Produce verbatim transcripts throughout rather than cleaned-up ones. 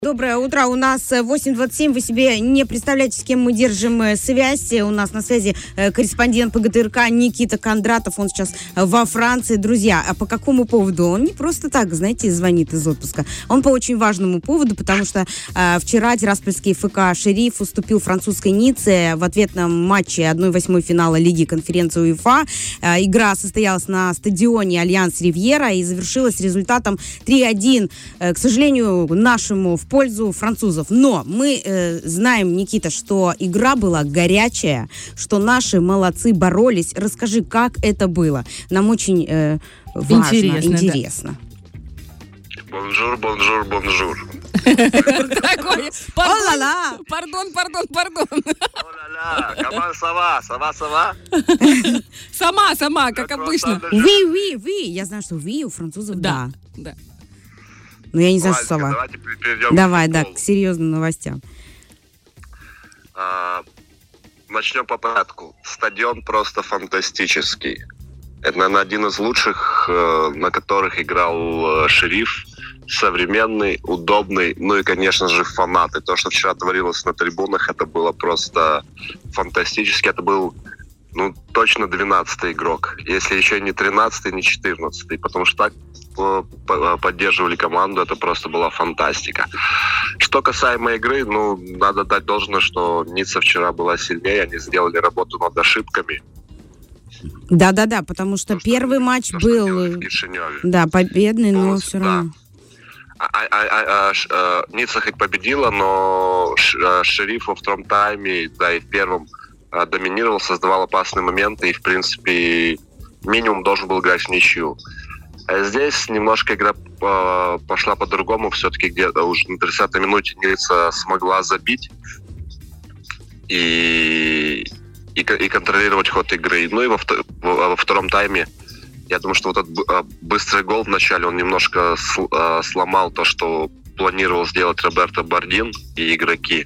Доброе утро. У нас восемь двадцать семь. Вы себе не представляете, с кем мы держим связь. У нас на связи корреспондент ПГТРК Никита Кондратов. Он сейчас во Франции. Друзья, а по какому поводу? Он не просто так, знаете, звонит из отпуска. Он по очень важному поводу, потому что э, вчера Тираспольский ФК «Шериф» уступил французской Ницце в ответном матче одна восьмая финала Лиги конференции УЕФА. Э, игра состоялась на стадионе Альянс Ривьера и завершилась результатом три один. Э, к сожалению, нашему в пользу французов. Но мы э, знаем, Никита, что игра была горячая, что наши молодцы боролись. Расскажи, как это было. Нам очень э, важно, интересно. интересно. Бонжур, бонжур, бонжур. Пардон, пардон, пардон. О-ла-ла, comment ça va? Ça va, ça va? Сама, сама, как обычно. Ви, ви, ви. Я знаю, что ви у французов да. Да. Но я не знаю, что сова. Давайте перейдем Давай, к да, к серьезным новостям. А, начнем по порядку. Стадион просто фантастический. Это, наверное, один из лучших, на которых играл «Шериф». Современный, удобный, ну и, конечно же, фанаты. То, что вчера творилось на трибунах, это было просто фантастически. Это был, ну, точно двенадцатый игрок. Если еще не тринадцатый, не четырнадцатый. Потому что так поддерживали команду, это просто была фантастика. Что касаемо игры, ну, надо дать должное, что Ницца вчера была сильнее, они сделали работу над ошибками. Да-да-да, потому что то, первый что, матч то, был, да, победный, но все да. равно. А, а, а, а, Ницца хоть победила, но «Шериф» во втором тайме, да и в первом доминировал, создавал опасные моменты и, в принципе, минимум должен был играть в ничью. А здесь немножко игра э, пошла по-другому. Все-таки где-то уже на тридцатой минуте Ницца смогла забить и, и, и контролировать ход игры. Ну и во, во втором тайме, я думаю, что вот этот быстрый гол в начале, он немножко сл, э, сломал то, что планировал сделать Роберто Бардин и игроки.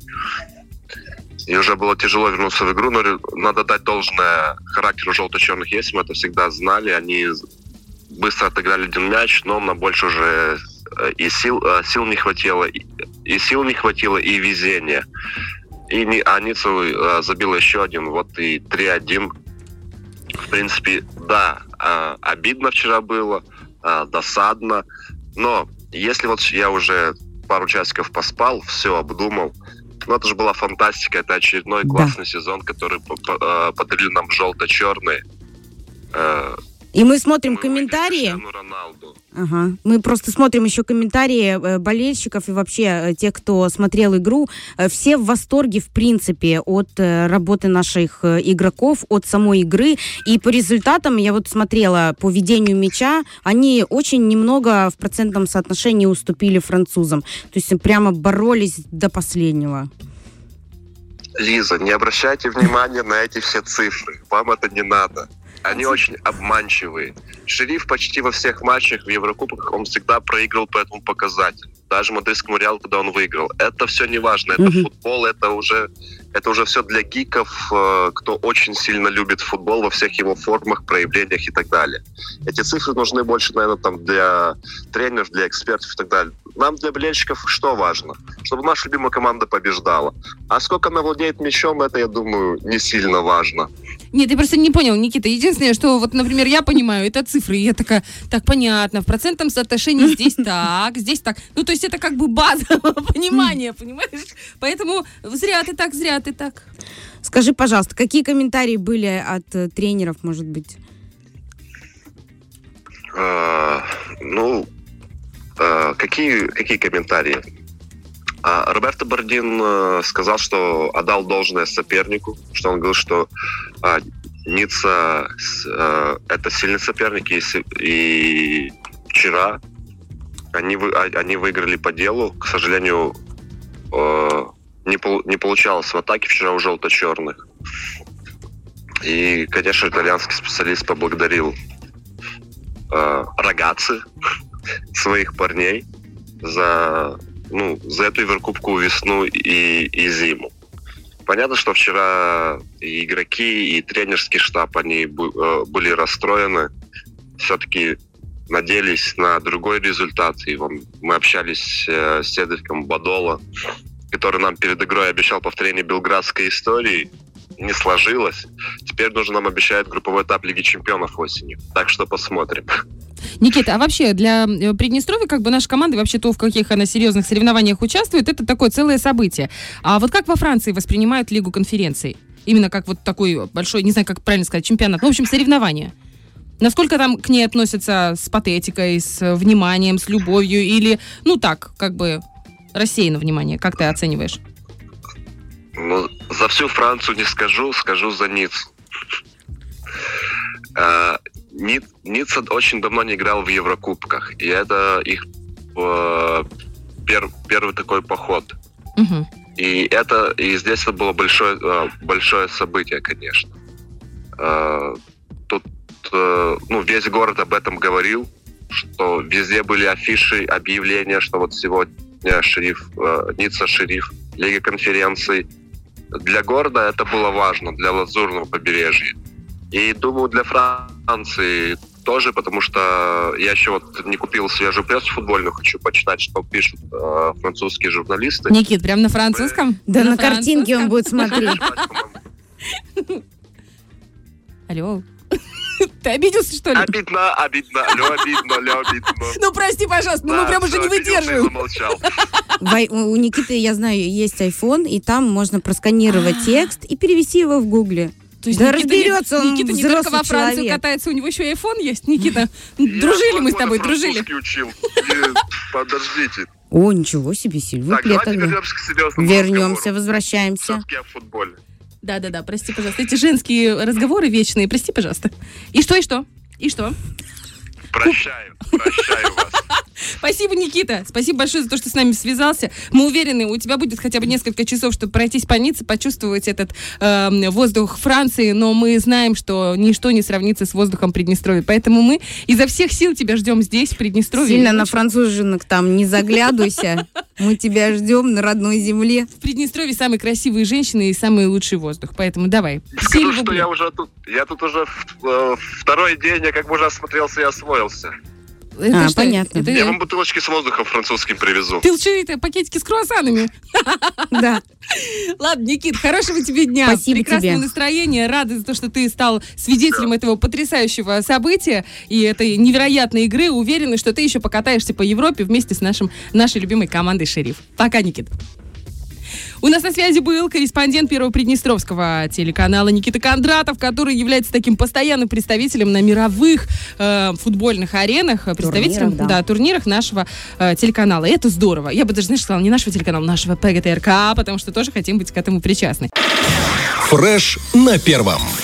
И уже было тяжело вернуться в игру, но надо дать должное характеру желто-черных есть, мы это всегда знали. Они быстро отыграли один мяч, но на больше уже и сил, сил не хватило, и сил не хватило, и везения. И не, а Ницца забила еще один, вот и три один. В принципе, да, обидно вчера было, досадно, но если вот я уже пару часиков поспал, все обдумал, ну это же была фантастика, это очередной да. классный сезон, который подарили нам желто-черные. И мы смотрим мы комментарии. Ага. Мы просто смотрим еще комментарии болельщиков и вообще тех, кто смотрел игру. Все в восторге, в принципе, от работы наших игроков, от самой игры. И по результатам, я вот смотрела по ведению мяча, они очень немного в процентном соотношении уступили французам. То есть прямо боролись до последнего. Лиза, не обращайте внимания на эти все цифры. Вам это не надо. Они очень обманчивые. «Шериф» почти во всех матчах в Еврокубках он всегда проигрывал по этому показателю. Даже мадридскому «Реалу», когда он выиграл. Это все не важно. Это mm-hmm. футбол, это уже, это уже все для гиков, кто очень сильно любит футбол во всех его формах, проявлениях и так далее. Эти цифры нужны больше, наверное, там, для тренеров, для экспертов и так далее. Нам, для болельщиков, что важно? Чтобы наша любимая команда побеждала. А сколько она владеет мячом, это, я думаю, не сильно важно. Нет, ты просто не понял, Никита. Единственное, что вот, например, я понимаю, это цифры. И я такая, так, понятно, в процентном соотношении здесь так, здесь так. Ну, то есть это как бы базовое понимание, понимаешь? Поэтому зря ты так, зря ты так. Скажи, пожалуйста, какие комментарии были от э, тренеров, может быть? А, ну, а, какие, какие комментарии? А, Роберто Бардин а, сказал, что отдал должное сопернику, что он говорил, что а, Ницца а, это сильный соперник, и, и вчера они, вы, они выиграли по делу. К сожалению, а, не, не получалось в атаке вчера у желто-черных. И, конечно, итальянский специалист поблагодарил э, Рагацци, своих парней, за, ну, за эту Еврокубку весну и, и зиму. Понятно, что вчера и игроки, и тренерский штаб, они б, э, были расстроены. Все-таки надеялись на другой результат. И мы общались э, с Седриком Бадола, который нам перед игрой обещал повторение белградской истории. Не сложилось. Теперь нужно нам обещать групповой этап Лиги Чемпионов осенью. Так что посмотрим. Никита, а вообще для Приднестровья, как бы наша команда, вообще то, в каких она серьезных соревнованиях участвует, это такое целое событие. А вот как во Франции воспринимают Лигу конференций? Именно как вот такой большой, не знаю, как правильно сказать, чемпионат. Ну, в общем, соревнования. Насколько там к ней относятся с патетикой, с вниманием, с любовью? Или, ну так, как бы рассеяно внимание? Как ты оцениваешь? Ну, за всю Францию не скажу, скажу за Ниццу. Ницца очень давно не играл в Еврокубках, и это их пер, первый такой поход. Угу. И это и здесь это было большое, большое событие, конечно. Тут ну, весь город об этом говорил, что везде были афиши, объявления, что вот сегодня шериф, Ницца шериф Лиги конференций. Для города это было важно, для Лазурного побережья. И думаю, для Франции тоже, потому что я еще вот не купил свежую прессу футбольную, хочу почитать, что пишут э, французские журналисты. Никит, прям на французском? Да, на, на картинке он будет смотреть. Алло. Ты обиделся, что ли? Обидно, обидно, алло, обидно, алло, обидно. Ну, прости, пожалуйста, мы прям уже не выдерживаем. У Никиты, я знаю, есть айфон, и там можно просканировать текст и перевести его в Гугле. То есть да Никита, разберется он, Никита не взрослый только во Францию человек. Катается, у него еще и айфон есть. Никита, дружили мы с тобой, дружили. Учил. Подождите. О, ничего себе, Сильвия. Так, давайте вернемся к серьезному Вернемся, возвращаемся. Все-таки о футболе. Да-да-да, прости, пожалуйста. Эти женские разговоры вечные, прости, пожалуйста. И что, и что? И что? Прощаю, прощаю вас. Спасибо, Никита. Спасибо большое за то, что с нами связался. Мы уверены, у тебя будет хотя бы несколько часов, чтобы пройтись по Ницце, почувствовать этот э, воздух Франции, но мы знаем, что ничто не сравнится с воздухом Приднестровья. Поэтому мы изо всех сил тебя ждем здесь, в Приднестровье. Сильно на француженок там не заглядывайся. Мы тебя ждем на родной земле. В Приднестровье самые красивые женщины и самый лучший воздух. Поэтому давай. Скажу, что я уже тут, я тут уже э, второй день, я как бы уже осмотрелся и освоился. Это а, что? понятно. Это... Я вам бутылочки с воздухом французским привезу. Ты лучше это, пакетики с круассанами. Да. Ладно, Никит, хорошего тебе дня. Спасибо Прекрасного тебе. настроения. Рада за то, что ты стал свидетелем этого потрясающего события и этой невероятной игры. Уверена, что ты еще покатаешься по Европе вместе с нашим, нашей любимой командой «Шериф». Пока, Никит. У нас на связи был корреспондент Первого Приднестровского телеканала Никита Кондратов, который является таким постоянным представителем на мировых э, футбольных аренах, представителем, турнирах, да. Да, турнирах нашего э, телеканала. И это здорово. Я бы даже, знаешь, сказала, не нашего телеканала, нашего ПГТРК, потому что тоже хотим быть к этому причастны. Фреш на первом.